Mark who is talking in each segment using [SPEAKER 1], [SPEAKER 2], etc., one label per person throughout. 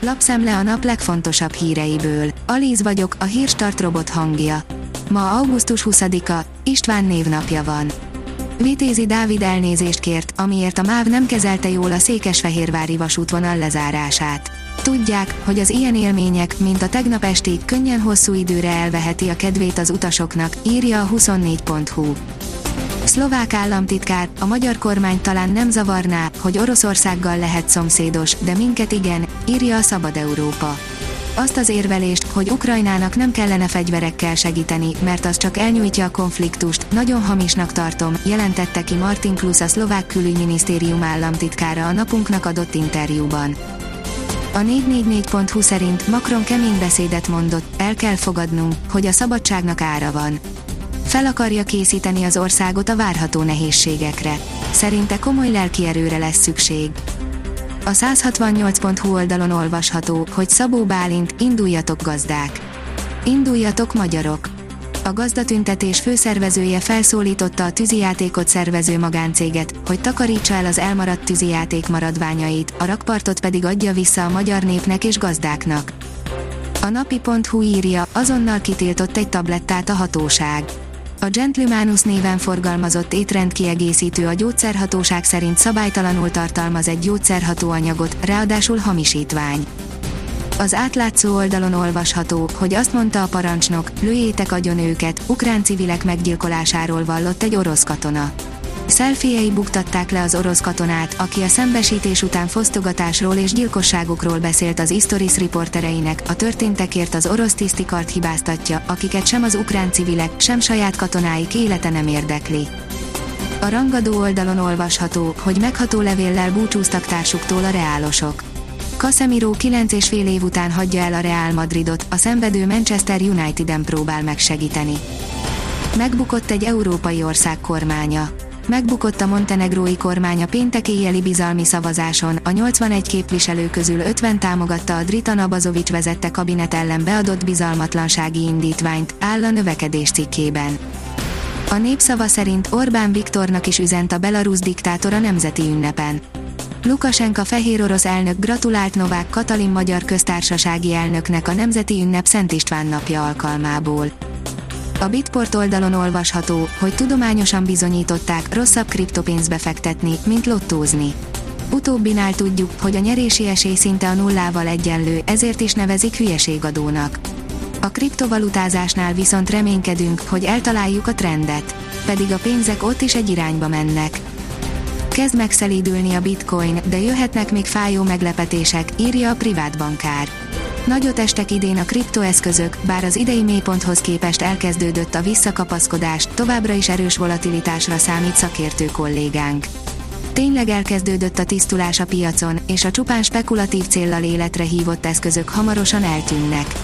[SPEAKER 1] Lapszemle a nap legfontosabb híreiből. Alíz vagyok, a Hírstart robot hangja. Ma augusztus 20-a, István névnapja van. Vitézi Dávid elnézést kért, amiért a MÁV nem kezelte jól a székesfehérvári vasútvonal lezárását. Tudják, hogy az ilyen élmények, mint a tegnap esti, könnyen hosszú időre elveheti a kedvét az utasoknak, írja a 24.hu. Szlovák államtitkár, a magyar kormány talán nem zavarná, hogy Oroszországgal lehet szomszédos, de minket igen, írja a Szabad Európa. Azt az érvelést, hogy Ukrajnának nem kellene fegyverekkel segíteni, mert az csak elnyújtja a konfliktust, nagyon hamisnak tartom, jelentette ki Martin Klus, a szlovák külügyminisztérium államtitkára a Napunknak adott interjúban. A 444.hu szerint Macron kemény beszédet mondott, el kell fogadnunk, hogy a szabadságnak ára van. Fel akarja készíteni az országot a várható nehézségekre. Szerinte komoly lelkierőre lesz szükség. A 168.hu oldalon olvasható, hogy Szabó Bálint, induljatok gazdák. Induljatok magyarok. A gazdatüntetés főszervezője felszólította a tűzijátékot szervező magáncéget, hogy takarítsa el az elmaradt tűzijáték maradványait, a rakpartot pedig adja vissza a magyar népnek és gazdáknak. A napi.hu írja, azonnal kitiltott egy tablettát a hatóság. A Gentlemanus néven forgalmazott étrendkiegészítő a gyógyszerhatóság szerint szabálytalanul tartalmaz egy gyógyszerhatóanyagot, ráadásul hamisítvány. Az átlátszó oldalon olvasható, hogy azt mondta a parancsnok, lőjétek agyon őket, ukrán civilek meggyilkolásáról vallott egy orosz katona. Selfiei buktatták le az orosz katonát, aki a szembesítés után fosztogatásról és gyilkosságokról beszélt az Istoris riportereinek, a történtekért az orosz tisztikart hibáztatja, akiket sem az ukrán civilek, sem saját katonáik élete nem érdekli. A rangadó oldalon olvasható, hogy megható levéllel búcsúztak társuktól a reálosok. Casemiro 9,5 év után hagyja el a Real Madridot, a szenvedő Manchester Uniteden próbál megsegíteni. Megbukott egy európai ország kormánya. Megbukott a montenegrói kormány a péntek éjjeli bizalmi szavazáson, a 81 képviselő közül 50 támogatta a Dritan Abazovics vezette kabinet ellen beadott bizalmatlansági indítványt, áll a Növekedés cikkében. A Népszava szerint Orbán Viktornak is üzent a belarusz diktátor a nemzeti ünnepen. Lukasenka fehérorosz elnök gratulált Novák Katalin magyar köztársasági elnöknek a nemzeti ünnep Szent István napja alkalmából. A Bitport oldalon olvasható, hogy tudományosan bizonyították, rosszabb kriptopénzbe fektetni, mint lottózni. Utóbbinál tudjuk, hogy a nyerési esély szinte a nullával egyenlő, ezért is nevezik hülyeségadónak. A kriptovalutázásnál viszont reménykedünk, hogy eltaláljuk a trendet. Pedig a pénzek ott is egy irányba mennek. Kezd megszelídülni a bitcoin, de jöhetnek még fájó meglepetések, írja a privát bankár. Nagyot estek idén a kriptoeszközök, bár az idei mélyponthoz képest elkezdődött a visszakapaszkodás, továbbra is erős volatilitásra számít szakértő kollégánk. Tényleg elkezdődött a tisztulás a piacon, és a csupán spekulatív céllal életre hívott eszközök hamarosan eltűnnek.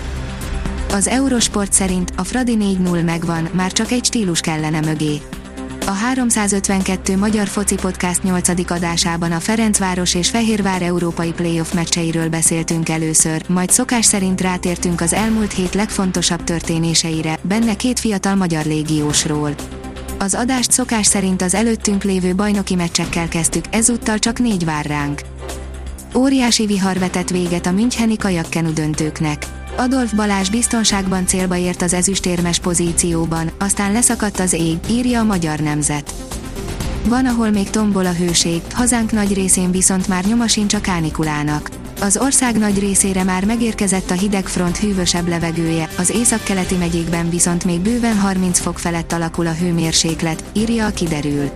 [SPEAKER 1] Az Eurosport szerint a Fradi 4-0 megvan, már csak egy stílus kellene mögé. A 352 Magyar Foci Podcast 8. adásában a Ferencváros és Fehérvár európai playoff meccseiről beszéltünk először, majd szokás szerint rátértünk az elmúlt hét legfontosabb történéseire, benne 2 fiatal magyar légiósról. Az adást szokás szerint az előttünk lévő bajnoki meccsekkel kezdtük, ezúttal csak 4 vár ránk. Óriási vihar vetett véget a müncheni kajakkenu döntőknek. Adolf Balázs biztonságban célba ért az ezüstérmes pozícióban, aztán leszakadt az ég, írja a Magyar Nemzet. Van, ahol még tombol a hőség, hazánk nagy részén viszont már nyoma sincs a kánikulának. Az ország nagy részére már megérkezett a hideg front hűvösebb levegője, az északkeleti megyékben viszont még bőven 30 fok felett alakul a hőmérséklet, írja a Kiderül.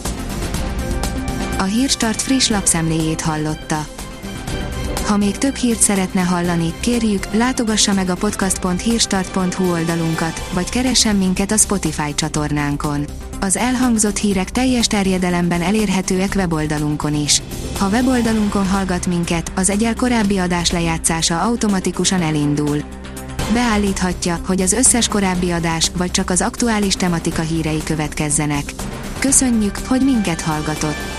[SPEAKER 1] A Hírstart friss lapszemléjét hallotta. Ha még több hírt szeretne hallani, kérjük, látogassa meg a podcast.hírstart.hu oldalunkat, vagy keressen minket a Spotify csatornánkon. Az elhangzott hírek teljes terjedelemben elérhetőek weboldalunkon is. Ha weboldalunkon hallgat minket, az egyel korábbi adás lejátszása automatikusan elindul. Beállíthatja, hogy az összes korábbi adás, vagy csak az aktuális tematika hírei következzenek. Köszönjük, hogy minket hallgatott!